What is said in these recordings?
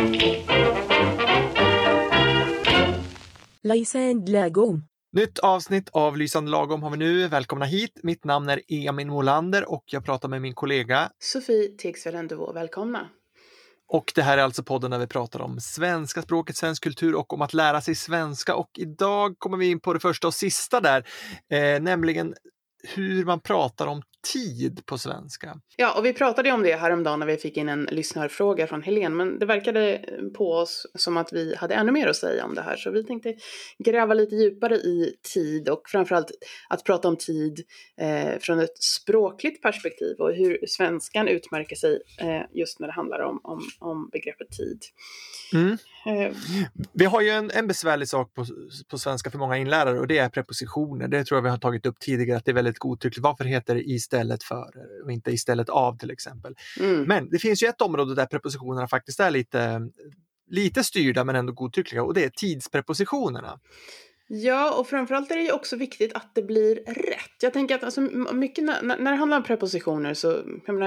Lysande lagom. Nytt avsnitt av Lysande lagom har vi nu. Välkomna hit. Mitt namn är Emin Molander och jag pratar med min kollega Sofie Tegsvärd-Endevå. Välkomna. Och det här är alltså podden där vi pratar om svenska språket, svensk kultur och om att lära sig svenska. Och idag kommer vi in på det första och sista där, nämligen hur man pratar om tid på svenska. Ja, och vi pratade ju om det häromdagen när vi fick in en lyssnarfråga från Helene. Men det verkade på oss som att vi hade ännu mer att säga om det här. Så vi tänkte gräva lite djupare i tid och framförallt att prata om tid från ett språkligt perspektiv. Och hur svenskan utmärker sig just när det handlar om begreppet tid. Mm. Vi har ju en besvärlig sak på svenska för många inlärare och det är prepositioner. Det tror jag vi har tagit upp tidigare att det är väldigt godtyckligt. Varför heter det istället för och inte istället av till exempel? Men det finns ju ett område där prepositionerna faktiskt är lite styrda men ändå godtyckliga och det är tidsprepositionerna. Ja, och framförallt är det ju också viktigt att det blir rätt. Jag tänker att alltså, mycket när det handlar om prepositioner så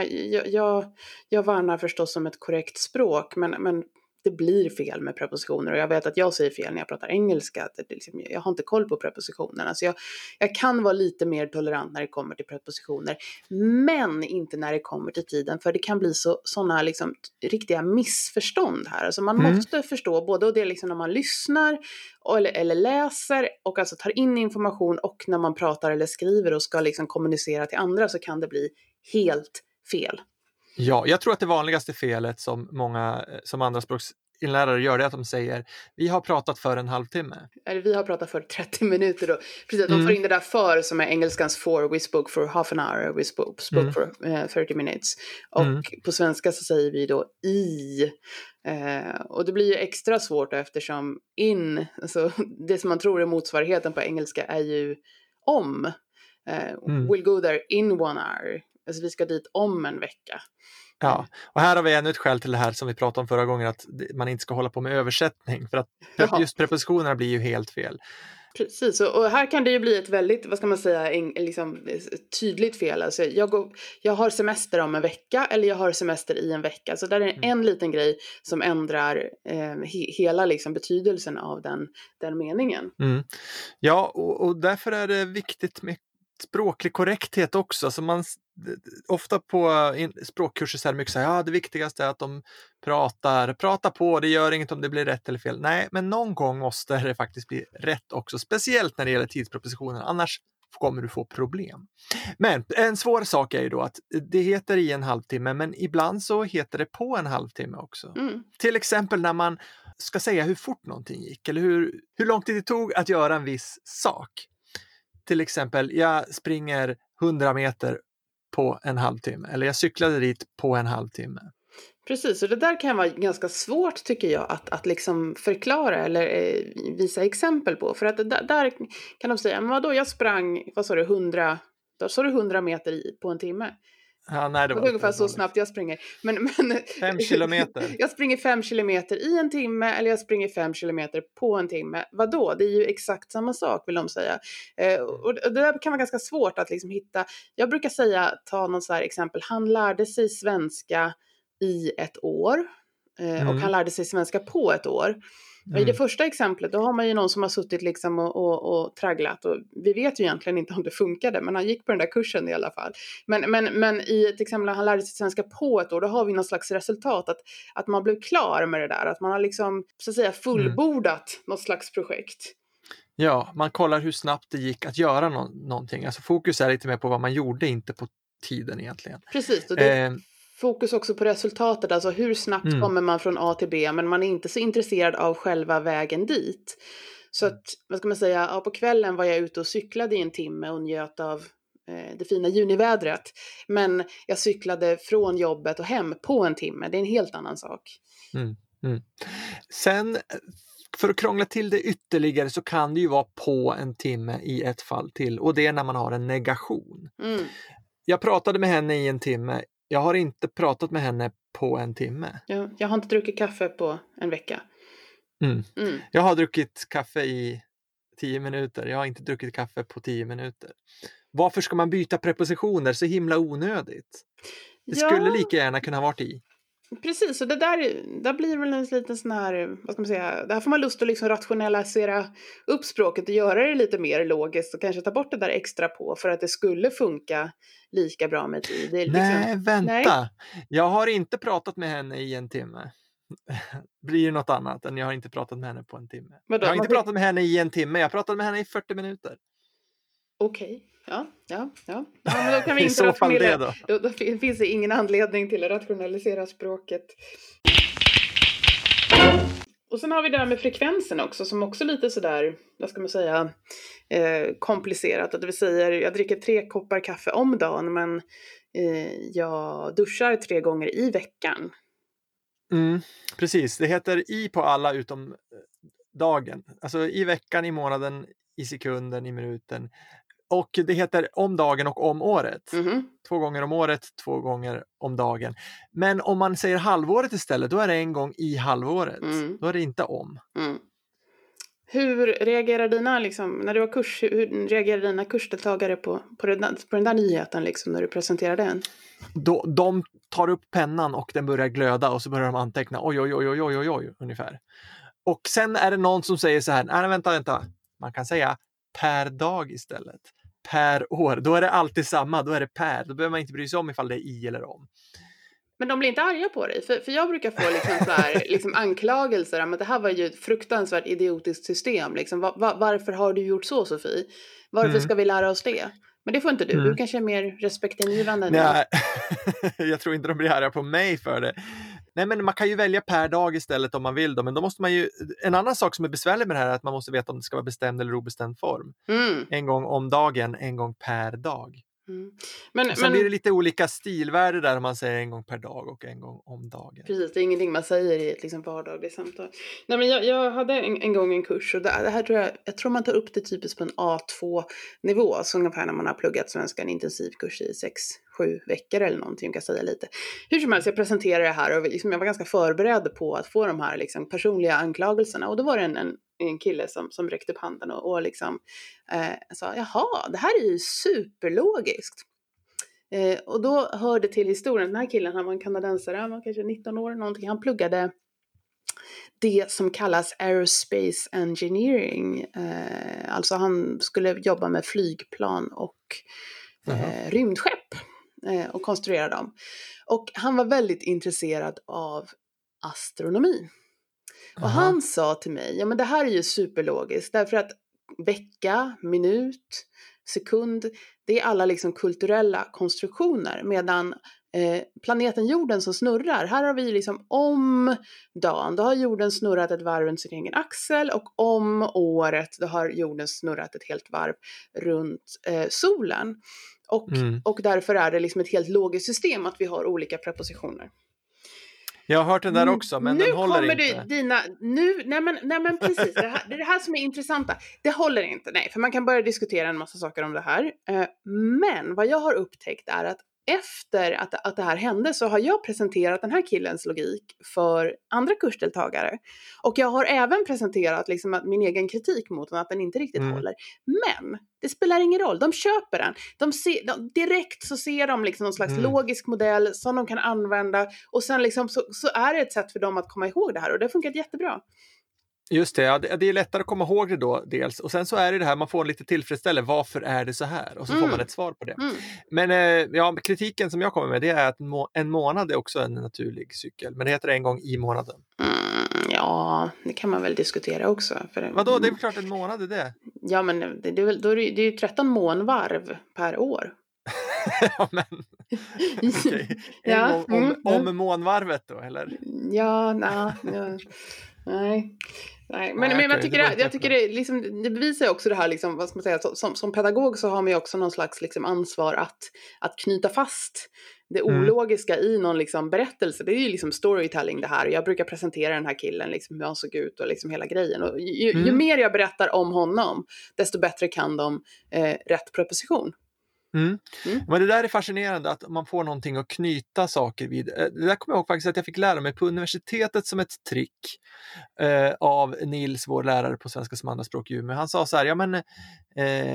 jag varnar förstås som ett korrekt språk men det blir fel med prepositioner och jag vet att jag säger fel när jag pratar engelska. Att det liksom, jag har inte koll på prepositionerna så jag kan vara lite mer tolerant när det kommer till prepositioner. Men inte när det kommer till tiden för det kan bli sådana liksom, riktiga missförstånd här. Alltså man måste förstå både och det liksom när man lyssnar eller läser och alltså tar in information och när man pratar eller skriver och ska liksom kommunicera till andra så kan det bli helt fel. Ja, jag tror att det vanligaste felet som många som andraspråksinlärare gör det är att de säger vi har pratat för en halvtimme. Eller vi har pratat för 30 minuter då. Precis, de får in det där för som är engelskans for, we spoke for half an hour, we spoke for 30 minutes. Och på svenska så säger vi då i. Och det blir ju extra svårt eftersom in, alltså det som man tror är motsvarigheten på engelska är ju om. We'll go there in 1 hour. Alltså vi ska dit om en vecka. Ja, och här har vi ännu ett skäl till det här som vi pratade om förra gången att man inte ska hålla på med översättning för att just prepositionerna blir ju helt fel. Precis, och här kan det ju bli ett väldigt, vad ska man säga, liksom, tydligt fel. Alltså jag har semester om en vecka eller jag har semester i en vecka. Så där är en liten grej som ändrar hela liksom, betydelsen av den meningen. Ja, och därför är det viktigt med språklig korrekthet också. Alltså ofta på språkkurser så är det mycket så här, det viktigaste är att de pratar på, det gör inget om det blir rätt eller fel. Nej, men någon gång måste det faktiskt bli rätt också, speciellt när det gäller tidsprepositionen, annars kommer du få problem. Men en svår sak är ju då att det heter i en halvtimme, men ibland så heter det på en halvtimme också. Till exempel när man ska säga hur fort någonting gick eller hur lång tid det tog att göra en viss sak. Till exempel, jag springer 100 meter på en halvtimme. Eller jag cyklade dit på en halvtimme. Precis, och det där kan vara ganska svårt tycker jag att liksom förklara eller visa exempel på. För att där kan de säga, men vadå, jag sprang, 100 meter på en timme. Ja, nej, det var ungefär så snabbt jag springer. Men 5 kilometer. Jag springer 5 kilometer i en timme eller jag springer 5 kilometer på en timme. Vadå? Det är ju exakt samma sak vill de säga. Och det där kan vara ganska svårt att liksom hitta. Jag brukar ta någon så här exempel. Han lärde sig svenska i 1 år. Och han lärde sig svenska på 1 år. I det första exemplet då har man ju någon som har suttit liksom och tragglat och vi vet ju egentligen inte om det funkade men han gick på den där kursen i alla fall. Men i ett exempel han lärde sig svenska på 1 år då har vi någon slags resultat att man blev klar med det där, att man har liksom så att säga fullbordat något slags projekt. Ja, man kollar hur snabbt det gick att göra någonting. Alltså fokus är lite mer på vad man gjorde, inte på tiden egentligen. Precis, och det fokus också på resultatet, alltså hur snabbt kommer man från A till B, men man är inte så intresserad av själva vägen dit. Så att, vad ska man säga, på kvällen var jag ute och cyklade i 1 timme och njöt av det fina junivädret. Men jag cyklade från jobbet och hem på 1 timme, det är en helt annan sak. Sen, för att krångla till det ytterligare så kan det ju vara på 1 timme i ett fall till, och det är när man har en negation. Jag pratade med henne i 1 timme. Jag har inte pratat med henne på 1 timme. Ja, jag har inte druckit kaffe på en vecka. Jag har druckit kaffe i 10 minuter. Jag har inte druckit kaffe på 10 minuter. Varför ska man byta prepositioner så himla onödigt? Det skulle lika gärna kunna ha varit i. Precis, och där blir väl en liten sån här, vad ska man säga, där får man lust att liksom rationalisera upp språket och göra det lite mer logiskt och kanske ta bort det där extra på för att det skulle funka lika bra med tid. Det är liksom, Nej, vänta. nej. Jag har inte pratat med henne i en timme. Blir det något annat än jag har inte pratat med henne på en timme. Vadå? Jag har inte pratat med henne i en timme, jag pratade med henne i 40 minuter. Okej, ja, men då kan vi I inte så fall det rationalisera. Då finns det ingen anledning till att rationalisera språket. Och sen har vi det här med frekvensen också, som också lite sådär, vad ska man säga, komplicerat. Det vill säga, jag dricker 3 koppar kaffe om dagen, men jag duschar 3 gånger i veckan. Precis, det heter i på alla utom dagen. Alltså i veckan, i månaden, i sekunden, i minuten. Och det heter om dagen och om året. 2 gånger om året, 2 gånger om dagen. Men om man säger halvåret istället, då är det en gång i halvåret. Då är det inte om. Hur reagerar dina, liksom, när du har kurs, hur reagerar dina kursdeltagare på den där nyheten liksom, när du presenterar den? De tar upp pennan och den börjar glöda och så börjar de anteckna oj ungefär. Och sen är det någon som säger så här, nej vänta. Man kan säga per dag istället. Per år. Då är det alltid samma. Då är det per. Då behöver man inte bry sig om ifall det är i eller om. Men de blir inte arga på dig? För jag brukar få liksom så här, liksom anklagelser om att det här var ju ett fruktansvärt idiotiskt system. Liksom. Varför har du gjort så, Sofie? Varför ska vi lära oss det? Men det får inte du. Du kanske är mer respektingivande. Nej, jag tror inte de blir arga på mig för det. Nej, men man kan ju välja per dag istället om man vill då. Men då måste man ju, en annan sak som är besvärlig med det här är att man måste veta om det ska vara bestämd eller obestämd form. En gång om dagen, en gång per dag. Men blir det lite olika stilvärde där om man säger en gång per dag och en gång om dagen. Precis, det är ingenting man säger i ett liksom vardagligt samtal. Nej, men jag hade en gång en kurs och det här jag tror man tar upp det typiskt på en A2-nivå. Så ungefär när man har pluggat svenska, en intensivkurs i 6-7 veckor eller någonting, jag kan säga lite. Hur som helst, jag presenterade det här och liksom jag var ganska förberedd på att få de här liksom personliga anklagelserna. Och då var det en kille som räckte upp handen och liksom sa, jaha, det här är ju superlogiskt. Och då hörde till historien, den här killen, han var en kanadensare, han var kanske 19 år någonting, han pluggade det som kallas aerospace engineering, alltså han skulle jobba med flygplan och rymdskepp och konstruera dem. Och han var väldigt intresserad av astronomi. Och han sa till mig, ja men det här är ju superlogiskt, därför att vecka, minut, sekund, det är alla liksom kulturella konstruktioner, medan planeten jorden som snurrar, här har vi liksom om dagen, då har jorden snurrat ett varv runt sin egen axel, och om året, då har jorden snurrat ett helt varv runt solen. Och därför är det liksom ett helt logiskt system att vi har olika prepositioner. Jag har hört den där också, men den håller inte. Nej men precis, det är det här som är intressanta. Det håller inte, nej, för man kan börja diskutera en massa saker om det här. Men vad jag har upptäckt är att efter att det här hände så har jag presenterat den här killens logik för andra kursdeltagare. Och jag har även presenterat liksom att min egen kritik mot den, att den inte riktigt håller. Men det spelar ingen roll, de köper den. Direkt så ser de liksom någon slags logisk modell som de kan använda. Och sen liksom så är det ett sätt för dem att komma ihåg det här. Och det har funkat jättebra. Just det, ja, det är lättare att komma ihåg det då dels. Och sen så är det här, man får lite tillfredsställelse. Varför är det så här? Och så får man ett svar på det. Men kritiken som jag kommer med, det är att en månad är också en naturlig cykel. Men det heter en gång i månaden. Ja, det kan man väl diskutera också. Vadå? Det är väl klart en månad är det. Ja, men det är ju 13 månvarv per år. Ja, men okej. Om månvarvet då, eller? Nej, men jag tycker det liksom, det bevisar också det här liksom, vad ska man säga, som pedagog så har man ju också någon slags liksom ansvar att knyta fast det ologiska i någon liksom berättelse. Det är ju liksom storytelling det här. Jag brukar presentera den här killen liksom hur han såg ut och liksom hela grejen. Och ju mer jag berättar om honom, desto bättre kan de rätt preposition. Men det där är fascinerande, att man får någonting att knyta saker vid. Det där kommer jag ihåg faktiskt att jag fick lära mig på universitetet som ett trick av Nils, vår lärare på svenska som andraspråk i Umeå. Han sa så här, ja men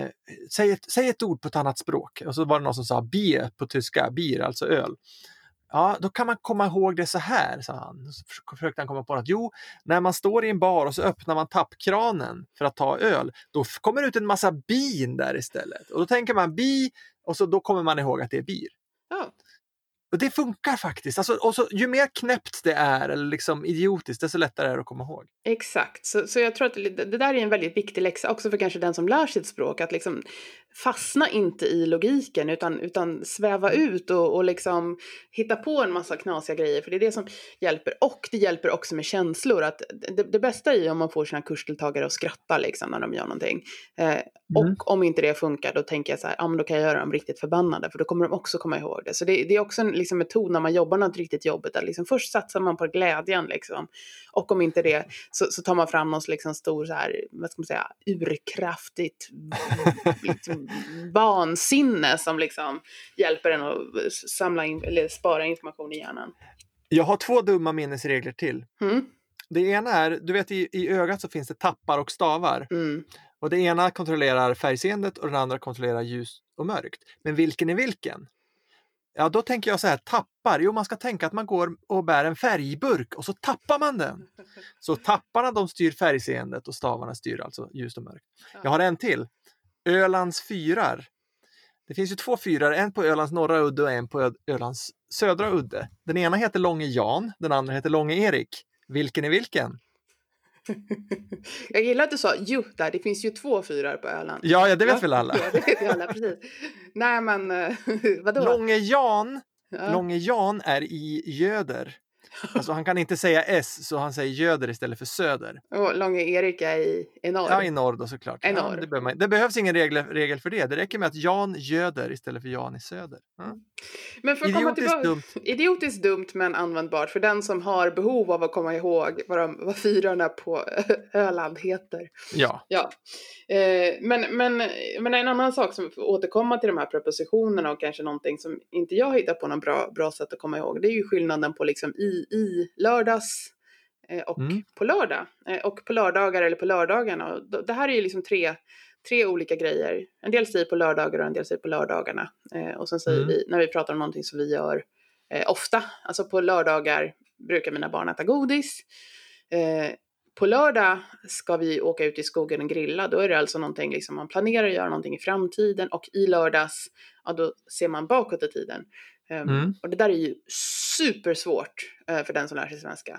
säg ett ord på ett annat språk. Och så var det någon som sa bier på tyska, bier, alltså öl. Ja, då kan man komma ihåg det så här, sa han. Så försökte han komma på att när man står i en bar och så öppnar man tappkranen för att ta öl, då kommer det ut en massa bin där istället. Och då tänker man bi, och så då kommer man ihåg att det är bir. Ja. Och det funkar faktiskt. Alltså, och så, ju mer knäppt det är, eller liksom idiotiskt, desto lättare är det att komma ihåg. Exakt, så jag tror att det där är en väldigt viktig läxa också för kanske den som lär sitt språk, att liksom fastna inte i logiken utan sväva ut och liksom hitta på en massa knasiga grejer, för det är det som hjälper, och det hjälper också med känslor, att det bästa är ju om man får sina kursdeltagare att skratta liksom när de gör någonting, och om inte det funkar, då tänker jag så här, men då kan jag göra dem riktigt förbannade, för då kommer de också komma ihåg det. Så det är också en liksom metod när man jobbar något riktigt jobbigt, att liksom först satsar man på glädjen liksom, och om inte det så tar man fram någon liksom stor så här, vad ska man säga, urkraftigt liksom, vansinne som liksom hjälper en att samla in eller spara information i hjärnan. Jag har 2 dumma minnesregler till. Det ena är, du vet i ögat så finns det tappar och stavar. Och det ena kontrollerar färgseendet och den andra kontrollerar ljus och mörkt. Men vilken är vilken? Ja, då tänker jag så här, tappar. Jo, man ska tänka att man går och bär en färgburk och så tappar man den. Så tapparna, de styr färgseendet och stavarna styr alltså ljus och mörkt. Jag har en till. Ölands fyrar. Det finns ju 2 fyrar, en på Ölands norra udde och en på Ölands södra udde. Den ena heter Långe Jan, den andra heter Långe Erik. Vilken är vilken? Jag gillar att du sa där, det finns ju 2 fyrar på Öland. Ja, det vet väl alla. Ja, det vet ju alla, precis. Nej, men vadå? Långe Jan är i Göder. Alltså han kan inte säga S, så han säger Göder istället för Söder. Och Långe Erik är i norr. Ja, i norr då såklart. Ja, det behövs ingen regel för det. Det räcker med att Jan Göder istället för Jan i Söder. Ja. Men för att komma tillbaka, idiotiskt dumt men användbart för den som har behov av att komma ihåg vad fyrarna på Öland heter. Ja. Men en annan sak som återkommer till de här prepositionerna och kanske någonting som inte jag hittar på någon bra sätt att komma ihåg, det är ju skillnaden på liksom i lördags och på lördag. Och på lördagar eller på lördagarna. Och det här är ju liksom tre olika grejer. En del säger på lördagar och en del säger på lördagarna. Och sen säger vi, när vi pratar om någonting som vi gör ofta. Alltså på lördagar brukar mina barn äta godis. På lördag ska vi åka ut i skogen och grilla. Då är det alltså någonting, liksom, man planerar att göra någonting i framtiden. Och i lördags, då ser man bakåt i tiden. Och det där är ju supersvårt för den som lär sig svenska.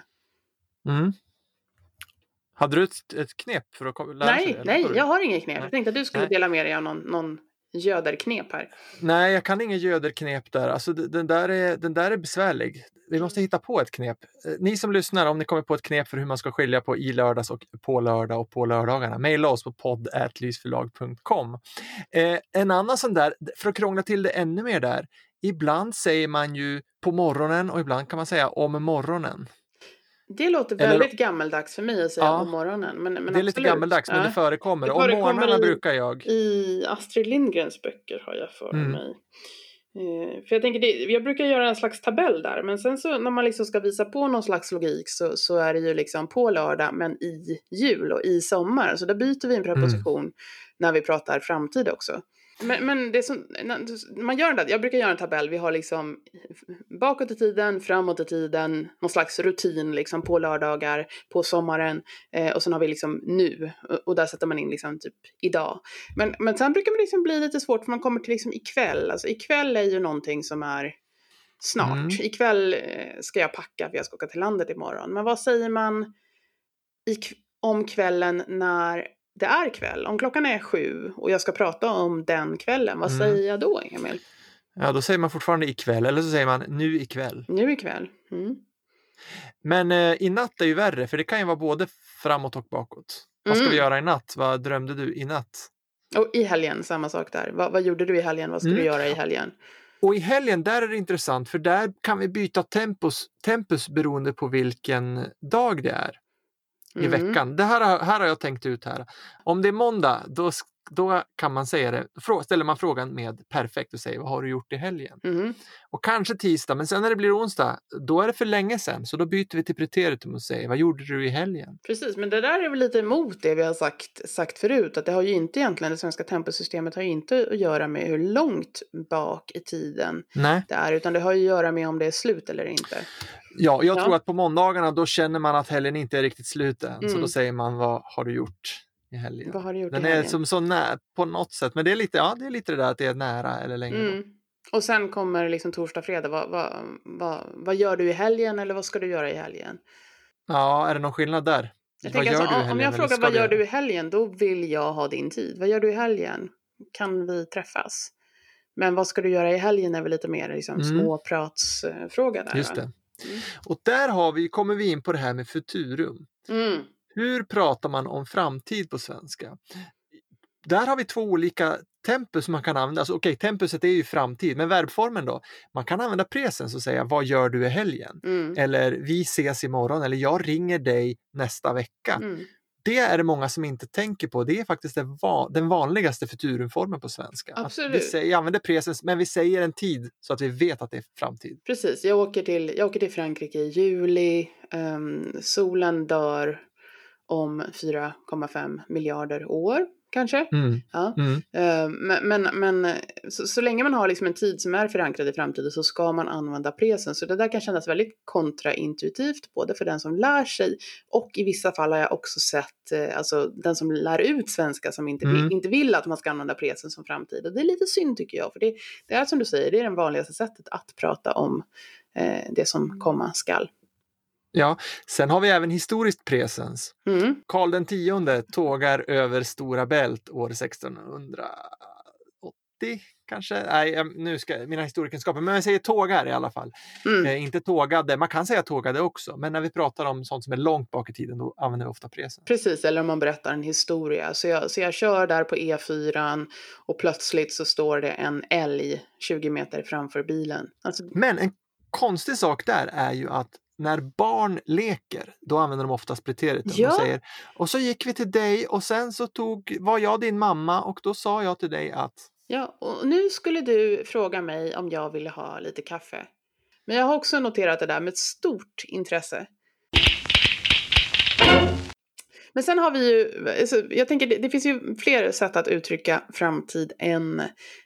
Hade du ett knep för att lära sig? Nej, jag har inget knep. Jag tänkte att du skulle dela med dig av någon göderknep här. Nej, jag kan ingen göderknep där. Alltså den där är besvärlig. Vi måste hitta på ett knep. Ni som lyssnar, om ni kommer på ett knep för hur man ska skilja på i lördags och på lördag och på lördagarna, mejla oss på podd@lysförlag.com. En annan sån där, för att krångla till det ännu mer där, ibland säger man ju på morgonen och ibland kan man säga om morgonen. Det låter väldigt gammaldags för mig att säga om morgonen. Men det är absolut. Lite gammaldags, men det förekommer. Om morgnarna brukar jag. I Astrid Lindgrens böcker har jag för mig. För jag tänker, jag brukar göra en slags tabell där. Men sen så när man liksom ska visa på någon slags logik så är det ju liksom på lördag men i jul och i sommar. Så då byter vi en preposition när vi pratar framtid också. Men det som, man gör det, jag brukar göra en tabell, vi har liksom bakåt i tiden, framåt i tiden, någon slags rutin liksom på lördagar, på sommaren, och sen har vi liksom nu, och där sätter man in liksom typ idag. Men sen brukar det liksom bli lite svårt för man kommer till liksom ikväll, alltså ikväll är ju någonting som är snart. Ikväll ska jag packa för jag ska åka till landet imorgon, men vad säger man om kvällen när det är kväll? Om klockan är 7 och jag ska prata om den kvällen, vad säger jag då, Emil? Ja, då säger man fortfarande ikväll, eller så säger man nu ikväll. Nu ikväll. Men i natt är ju värre, för det kan ju vara både framåt och bakåt. Vad ska vi göra i natt? Vad drömde du i natt? Och i helgen, samma sak där. Vad gjorde du i helgen? Vad ska du göra i helgen? Och i helgen, där är det intressant, för där kan vi byta tempus beroende på vilken dag det är i veckan. Det här har jag tänkt ut här. Om det är måndag, då då kan man säga det, ställer man frågan med perfekt och säger vad har du gjort i helgen? Mhm. Och kanske tisdag, men sen när det blir onsdag, då är det för länge sedan. Så då byter vi till preteritum och säger vad gjorde du i helgen? Precis, men det där är väl lite emot det vi har sagt förut. Att det har ju inte egentligen, det svenska temposystemet har ju inte att göra med hur långt bak i tiden Nej. det är. Utan det har ju att göra med om det är slut eller inte. Ja, jag tror att på måndagarna då känner man att helgen inte är riktigt slut än. Så då säger man vad har du gjort i helgen? Vad har du gjort Den i helgen? är som så nära på något sätt. Men det är lite, det är lite det där att det är nära eller längre. Och sen kommer liksom torsdag, fredag. Vad gör du i helgen eller vad ska du göra i helgen? Ja, är det någon skillnad där? Jag Vad tänker gör alltså, du i helgen, om jag eller frågar ska vad gör göra? du i helgen, då vill jag ha din tid. Vad gör du i helgen? Kan vi träffas? Men vad ska du göra i helgen är väl lite mer liksom småpratsfråga där. Just va? det. Och där kommer vi in på det här med futurum. Mm. Hur pratar man om framtid på svenska? Där har vi två olika tempus man kan använda. Alltså, okej, tempuset är ju framtid, men verbformen då? Man kan använda presens och säga vad gör du i helgen? Eller vi ses imorgon, eller jag ringer dig nästa vecka. Det är det många som inte tänker på. Det är faktiskt den vanligaste futurumformen på svenska. Absolut. Vi använder presens, men vi säger en tid så att vi vet att det är framtid. Precis, jag åker till Frankrike i juli. Solen dör om 4,5 miljarder år kanske. Ja. Men så länge man har liksom en tid som är förankrad i framtiden så ska man använda presens. Så det där kan kännas väldigt kontraintuitivt både för den som lär sig och i vissa fall har jag också sett alltså den som lär ut svenska som inte vill att man ska använda presens som framtid. Och det är lite synd tycker jag, för det är som du säger, det är det vanligaste sättet att prata om det som komma skall. Ja, sen har vi även historiskt presens. Karl den 10:e tågar över Stora Bält år 1680 kanske. Nej, nu ska mina historiekunskaper, men jag säger tågar i alla fall. Inte tågade, man kan säga tågade också, men när vi pratar om sånt som är långt bak i tiden då använder vi ofta presens. Precis, eller om man berättar en historia. Så jag kör där på E4 och plötsligt så står det en älg 20 meter framför bilen. Alltså... Men en konstig sak där är ju att när barn leker, då använder de oftast preteritum. Ja. De säger, och så gick vi till dig och sen så var jag din mamma och då sa jag till dig att... Ja, och nu skulle du fråga mig om jag ville ha lite kaffe. Men jag har också noterat det där med ett stort intresse. Men sen har vi ju, alltså, jag tänker det finns ju fler sätt att uttrycka framtid än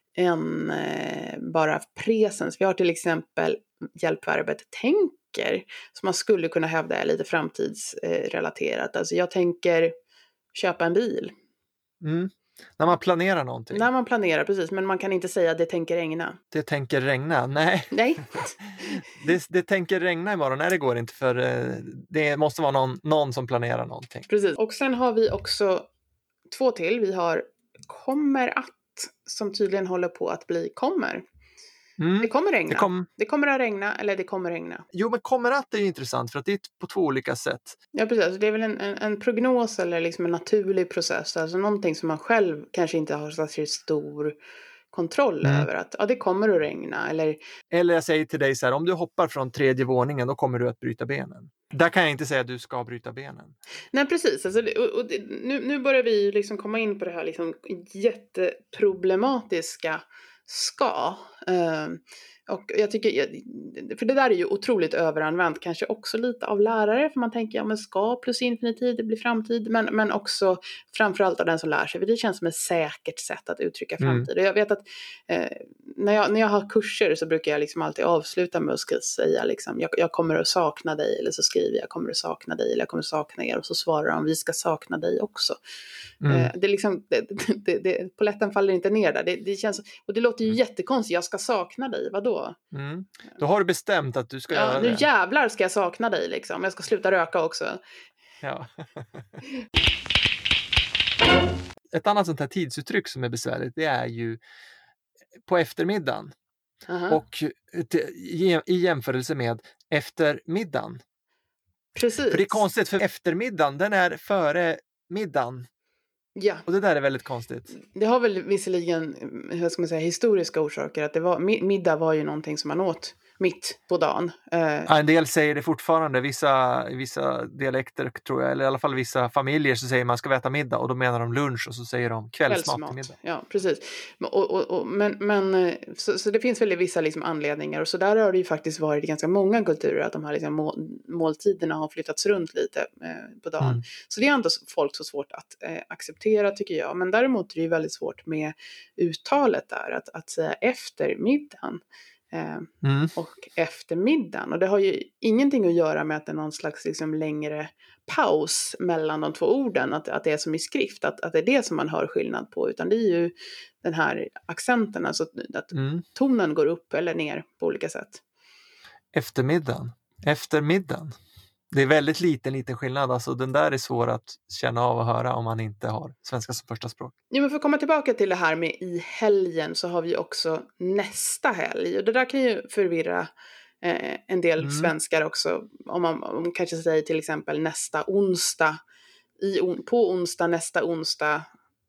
bara presens. Vi har till exempel hjälpverbet tänker, som man skulle kunna hävda är lite framtidsrelaterat. Alltså jag tänker köpa en bil. När man planerar någonting. När man planerar, precis. Men man kan inte säga det tänker regna. Det tänker regna, nej. det tänker regna imorgon, nej det går inte för det måste vara någon som planerar någonting. Precis, och sen har vi också 2 till. Vi har kommer att, som tydligen håller på att bli kommer. Det kommer regna. Det kommer att regna eller det kommer regna. Jo, men kommer att är ju intressant för att det är på 2 olika sätt. Ja, precis. Det är väl en prognos eller liksom en naturlig process. Alltså någonting som man själv kanske inte har särskilt stor kontroll över. Att det kommer att regna. Eller jag säger till dig så här, om du hoppar från 3:e våningen då kommer du att bryta benen. Där kan jag inte säga att du ska bryta benen. Nej, precis. Alltså, nu börjar vi liksom komma in på det här liksom jätteproblematiska ska. Och jag tycker, för det där är ju otroligt överanvänt, kanske också lite av lärare, för man tänker, ja men ska plus infinitiv, det blir framtid, men också framförallt av den som lär sig, för det känns som ett säkert sätt att uttrycka framtid. Och jag vet att när jag har kurser så brukar jag liksom alltid avsluta med att säga liksom, jag kommer att sakna dig, eller så skriver jag kommer att sakna dig, eller jag kommer att sakna er, och så svarar de, vi ska sakna dig också. Det är liksom, polletten faller inte ner där, det känns, och det låter ju jättekonstigt, jag ska sakna dig, vadå? Då har du bestämt att du ska göra det. Nu jävlar ska jag sakna dig liksom. Jag ska sluta röka också. Ja. Ett annat sånt här tidsuttryck som är besvärligt, det är ju på eftermiddagen. Och i jämförelse med eftermiddagen. Precis. För det är konstigt, för eftermiddagen den är före middagen. Ja. Och det där är väldigt konstigt. Det har väl visserligen, hur ska man säga, historiska orsaker. Att det var, middag var ju någonting som man åt mitt på dagen. Ja, en del säger det fortfarande, vissa dialekter tror jag, eller i alla fall vissa familjer så säger man ska vi äta middag och då menar de lunch och så säger de kvällsmat till middag. Ja, precis. Så det finns väl vissa liksom anledningar och så där har det ju faktiskt varit i ganska många kulturer att de här liksom måltiderna har flyttats runt lite på dagen. Så det är inte folk så svårt att acceptera tycker jag. Men däremot är det ju väldigt svårt med uttalet där, att säga eftermiddagen. Och eftermiddagen. Och det har ju ingenting att göra med att det är någon slags liksom längre paus mellan de två orden. Att det är som i skrift. Att det är det som man hör skillnad på. Utan det är ju den här accenten. Alltså att tonen går upp eller ner på olika sätt. Eftermiddagen. Det är väldigt liten skillnad. Alltså den där är svår att känna av och höra om man inte har svenska som första språk. Ja, men för att komma tillbaka till det här med i helgen så har vi också nästa helg. Och det där kan ju förvirra en del svenskar också. Om man kanske säger till exempel nästa onsdag. På onsdag, nästa onsdag.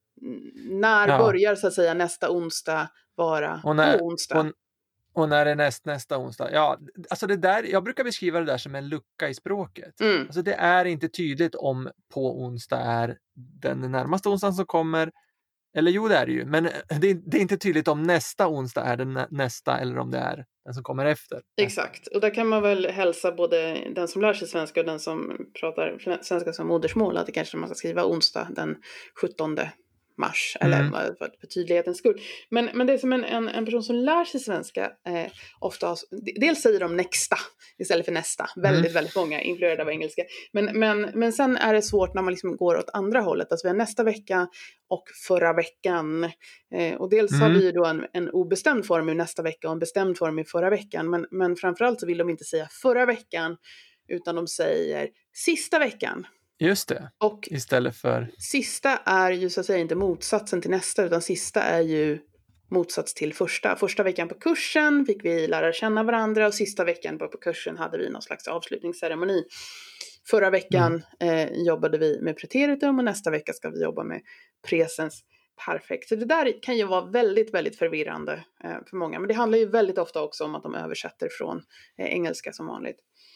När börjar så att säga nästa onsdag vara på onsdag? Och när är nästa onsdag? Ja, alltså det där, jag brukar beskriva det där som en lucka i språket. Alltså det är inte tydligt om på onsdag är den närmaste onsdagen som kommer. Eller jo, det är det ju. Men det är inte tydligt om nästa onsdag är den nästa eller om det är den som kommer efter. Exakt. Och där kan man väl hälsa både den som lär sig svenska och den som pratar svenska som modersmål att det kanske man ska skriva onsdag den 17 mars, eller för tydlighetens skull. Men det är som en person som lär sig svenska ofta, dels säger de nästa istället för nästa. Väldigt, väldigt många influerade av engelska. Men sen är det svårt när man liksom går åt andra hållet. Alltså vi har nästa vecka och förra veckan. Och dels har vi ju då en obestämd form i nästa vecka och en bestämd form i förra veckan. Men framförallt så vill de inte säga förra veckan utan de säger sista veckan. Just det, och istället för... Sista är ju så att säga inte motsatsen till nästa utan sista är ju motsats till första. Första veckan på kursen fick vi lära känna varandra och sista veckan på kursen hade vi någon slags avslutningsceremoni. Förra veckan jobbade vi med preteritum och nästa vecka ska vi jobba med presens perfekt. Så det där kan ju vara väldigt, väldigt förvirrande för många. Men det handlar ju väldigt ofta också om att de översätter från engelska som vanligt.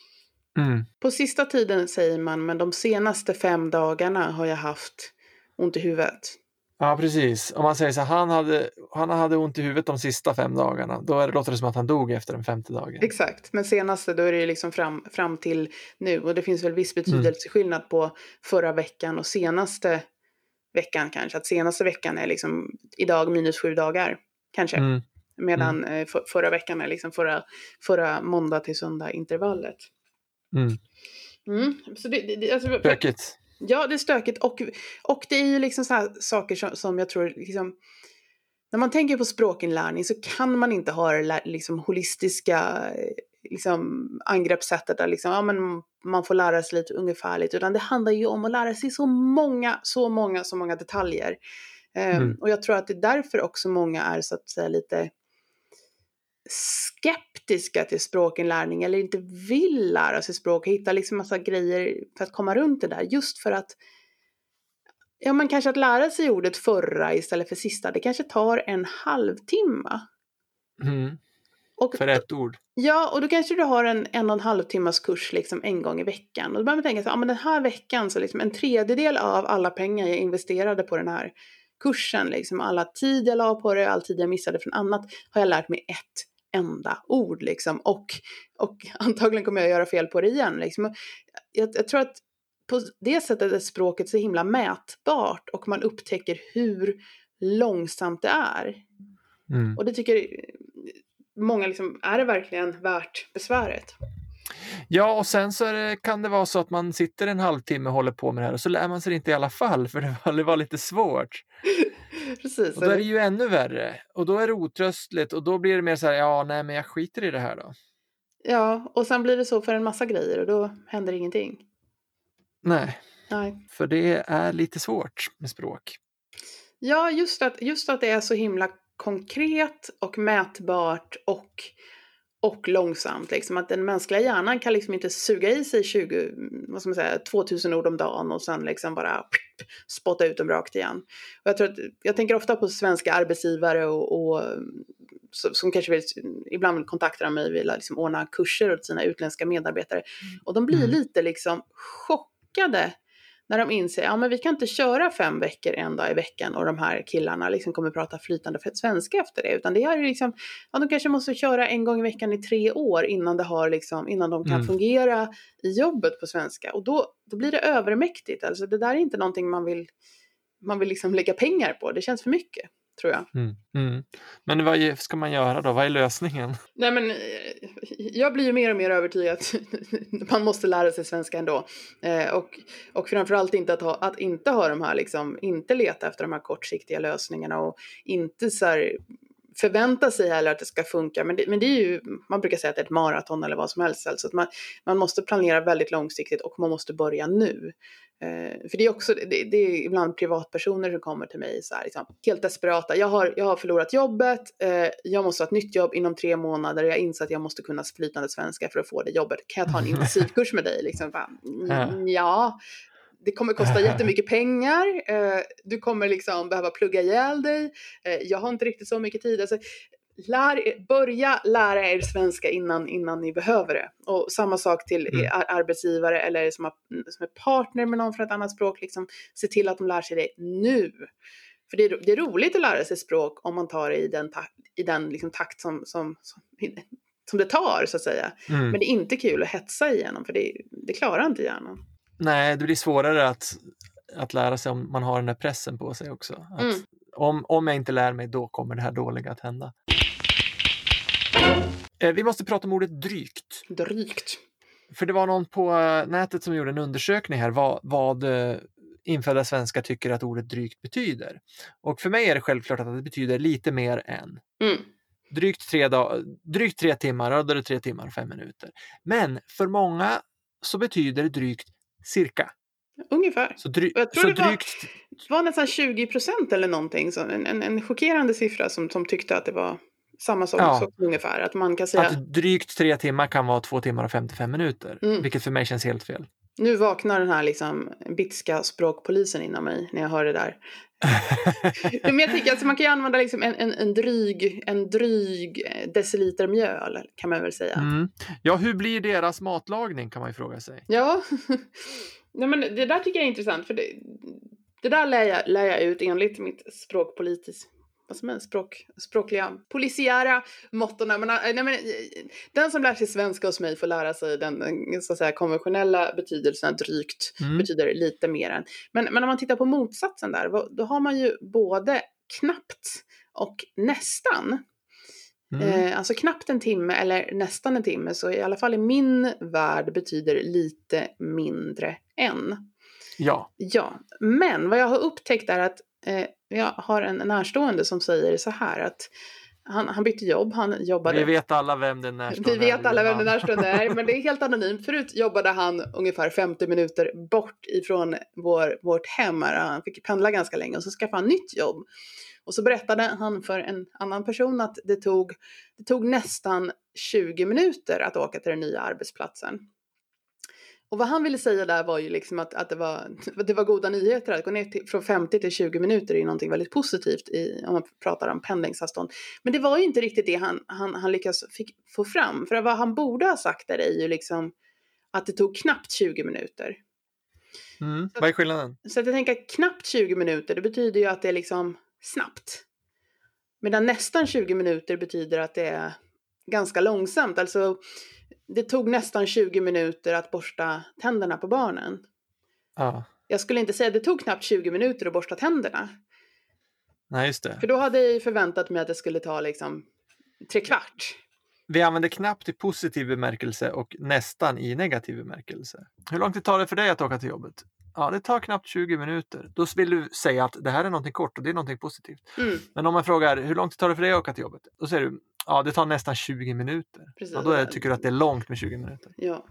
På sista tiden säger man, men de senaste 5 dagarna har jag haft ont i huvudet. Ja, precis. Om man säger så han hade ont i huvudet de sista 5 dagarna, då låter det som att han dog efter den 5:e dagen. Exakt, men senaste då är det liksom fram till nu. Och det finns väl viss betydelseskillnad på förra veckan och senaste veckan kanske. Att senaste veckan är liksom idag minus 7 dagar kanske. Medan förra veckan är liksom förra måndag till söndag intervallet. Så alltså, stökigt. Ja, det är stökigt och det är ju liksom så här saker som jag tror liksom, när man tänker på språkinlärning så kan man inte ha det liksom holistiska liksom angreppssättet där liksom, ja, men man får lära sig lite ungefärligt, utan det handlar ju om att lära sig så många detaljer. Och jag tror att det är därför också många är så att säga lite skeptiska till språkinlärning eller inte vill lära sig språk, hitta liksom massa grejer för att komma runt det där, just för att men kanske att lära sig ordet förra istället för sista, det kanske tar en halvtimme. Och för ett ord. Ja, och då kanske du har en 1,5 timmars kurs liksom en gång i veckan. Och då börjar man tänka så men den här veckan så liksom 1/3 av alla pengar jag investerade på den här kursen, liksom alla tid jag la på det, all tid jag missade från annat, har jag lärt mig ett enda ord liksom. Och antagligen kommer jag göra fel på det igen liksom. Jag tror att på det sättet är språket så himla mätbart och man upptäcker hur långsamt det är. Och det tycker många liksom, är det verkligen värt besväret? Ja, och sen så kan det vara så att man sitter en halvtimme och håller på med det här och så lär man sig det inte i alla fall för det var lite svårt. Precis. Och då är det ju ännu värre. Och då är det otröstligt och då blir det mer så här, men jag skiter i det här då. Ja, och sen blir det så för en massa grejer och då händer ingenting. Nej. För det är lite svårt med språk. Ja, just att det är så himla konkret och mätbart och långsamt. Liksom. Att den mänskliga hjärnan kan liksom inte suga i sig 2000 ord om dagen och sen liksom bara spotta ut dem rakt igen. Och jag tänker ofta på svenska arbetsgivare och som kanske vill, ibland kontaktar mig och vill liksom ordna kurser åt sina utländska medarbetare. Och de blir lite liksom chockade när de inser, men vi kan inte köra 5 veckor en dag i veckan och de här killarna liksom kommer prata flytande svenska efter det. Utan det är liksom, de kanske måste köra en gång i veckan i 3 år innan innan de kan fungera i jobbet på svenska. Och då blir det övermäktigt. Alltså det där är inte någonting man vill liksom lägga pengar på. Det känns för mycket, tror jag. Men vad ska man göra då? Vad är lösningen? Nej, men jag blir ju mer och mer övertygad att man måste lära sig svenska ändå. Och framförallt inte att inte ha de här liksom, inte leta efter de här kortsiktiga lösningarna och inte så här förvänta sig heller att det ska funka. Men det är ju, man brukar säga att det är ett maraton eller vad som helst. Alltså att man måste planera väldigt långsiktigt och man måste börja nu. För det är också, det är ibland privatpersoner som kommer till mig så här, liksom, helt desperata. Jag har förlorat jobbet, jag måste ha ett nytt jobb inom 3 månader. Jag inser att jag måste kunna flytande svenska för att få det jobbet. Kan jag ta en intensivkurs med dig? Liksom, ja, det kommer kosta jättemycket pengar. Du kommer liksom behöva plugga ihjäl dig. Jag har inte riktigt så mycket tid. Alltså, börja lära er svenska innan ni behöver det. Och samma sak till arbetsgivare eller som är partner med någon från ett annat språk. Liksom, se till att de lär sig det nu. För det är roligt att lära sig språk om man tar det i den liksom takt som det tar, så att säga. Men det är inte kul att hetsa igenom, för det klarar inte hjärnan. Nej, det blir svårare att lära sig om man har den där pressen på sig också. Att om jag inte lär mig, då kommer det här dåliga att hända. Vi måste prata om ordet drygt. Drygt. För det var någon på nätet som gjorde en undersökning här vad infödda svenskar tycker att ordet drygt betyder. Och för mig är det självklart att det betyder lite mer än. Drygt 3 timmar, och då är det 3 timmar och 5 minuter. Men för många så betyder det drygt cirka. Ungefär. Jag tror det var nästan 20% eller någonting. Så en chockerande siffra som tyckte att det var samma sak ungefär. Att man kan säga att drygt 3 timmar kan vara 2 timmar och 55 minuter. Vilket för mig känns helt fel. Nu vaknar den här liksom bitska språkpolisen inom mig när jag hör det där. Men jag tänker alltså man kan ju använda liksom en dryg deciliter mjöl, kan man väl säga. Ja, hur blir deras matlagning, kan man ju fråga sig. Ja, nej, men det där tycker jag är intressant. För det där lär jag ut enligt mitt språkliga polisiära måttorna. Men den som lär sig svenska hos mig får lära sig den, så att säga, konventionella betydelsen. Drygt betyder lite mer än. Men om man tittar på motsatsen där, då har man ju både knappt och nästan. Alltså knappt en timme eller nästan en timme, så i alla fall i min värld betyder lite mindre än. Ja, men vad jag har upptäckt är att jag har en närstående som säger så här att han bytte jobb, han jobbade... Vi vet alla vem den närstående är, men det är helt anonymt. Förut jobbade han ungefär 50 minuter bort ifrån vårt hem. Han fick pendla ganska länge och så skaffade han nytt jobb. Och så berättade han för en annan person att det tog nästan 20 minuter att åka till den nya arbetsplatsen. Och vad han ville säga där var ju liksom att det var goda nyheter. Att gå ner från 50 till 20 minuter är någonting väldigt positivt om man pratar om pendlingsavstånd. Men det var ju inte riktigt det han lyckades få fram. För vad han borde ha sagt där är ju liksom att det tog knappt 20 minuter. Vad är skillnaden? Så att jag tänker att knappt 20 minuter, det betyder ju att det är liksom snabbt. Medan nästan 20 minuter betyder att det är ganska långsamt. Alltså det tog nästan 20 minuter att borsta tänderna på barnen. Ja. Jag skulle inte säga att det tog knappt 20 minuter att borsta tänderna. Nej, just det. För då hade jag förväntat mig att det skulle ta liksom 3/4. Vi använder knappt i positiv bemärkelse och nästan i negativ bemärkelse. Hur långt det tar det för dig att åka till jobbet? Ja, det tar knappt 20 minuter. Då vill du säga att det här är någonting kort och det är någonting positivt. Men om man frågar hur långt tar det för dig att åka till jobbet? Då säger du, ja, det tar nästan 20 minuter. Precis. Ja, då tycker du att det är långt med 20 minuter. Ja.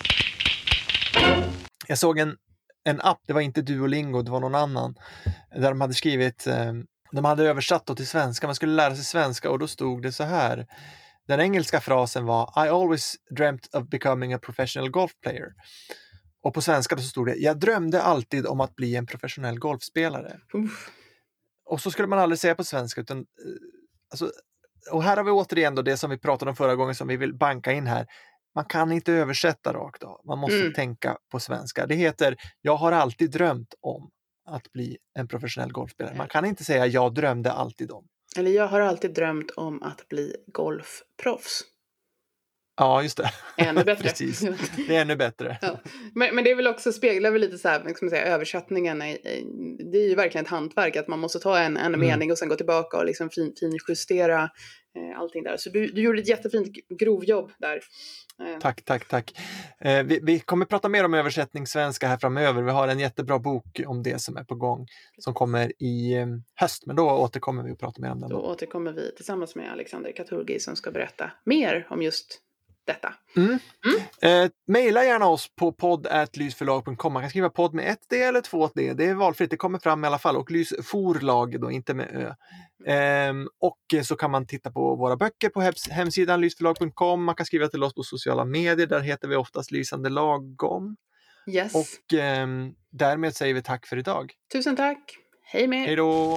Jag såg en app, det var inte Duolingo, det var någon annan. Där de hade skrivit, de hade översatt då till svenska. Man skulle lära sig svenska och då stod det så här. Den engelska frasen var I always dreamt of becoming a professional golf player. Och på svenska då så stod det jag drömde alltid om att bli en professionell golfspelare. Och så skulle man aldrig säga på svenska utan alltså och här har vi återigen då det som vi pratade om förra gången som vi vill banka in här. Man kan inte översätta rakt av. Man måste tänka på svenska. Det heter, jag har alltid drömt om att bli en professionell golfspelare. Man kan inte säga, jag drömde alltid om. Eller jag har alltid drömt om att bli golfproffs. Ja, just det. Ännu bättre. Precis. Det är ännu bättre. Ja. Men det är väl också, speglar väl lite så här, ska man säga, översättningen. Det är ju verkligen ett hantverk att man måste ta en mening och sen gå tillbaka och liksom finjustera allting där. Så du gjorde ett jättefint grovjobb där. Tack. Vi kommer prata mer om översättning svenska här framöver. Vi har en jättebra bok om det som är på gång som kommer i höst. Men då återkommer vi och pratar mer om den. Då återkommer vi tillsammans med Alexander Katurgi som ska berätta mer om just detta. Maila gärna oss på podd@lysförlag.com. Man kan skriva podd med 1D eller 2D. Det är valfritt, det kommer fram i alla fall. Och lysforlag då, inte med ö. Och så kan man titta på våra böcker på hemsidan lysförlag.com. Man kan skriva till oss på sociala medier. Där heter vi oftast Lysande Lagom. Yes. Och därmed säger vi tack för idag. Tusen tack. Hej med er. Hej då.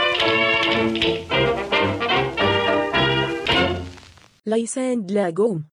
Lysande Lagom.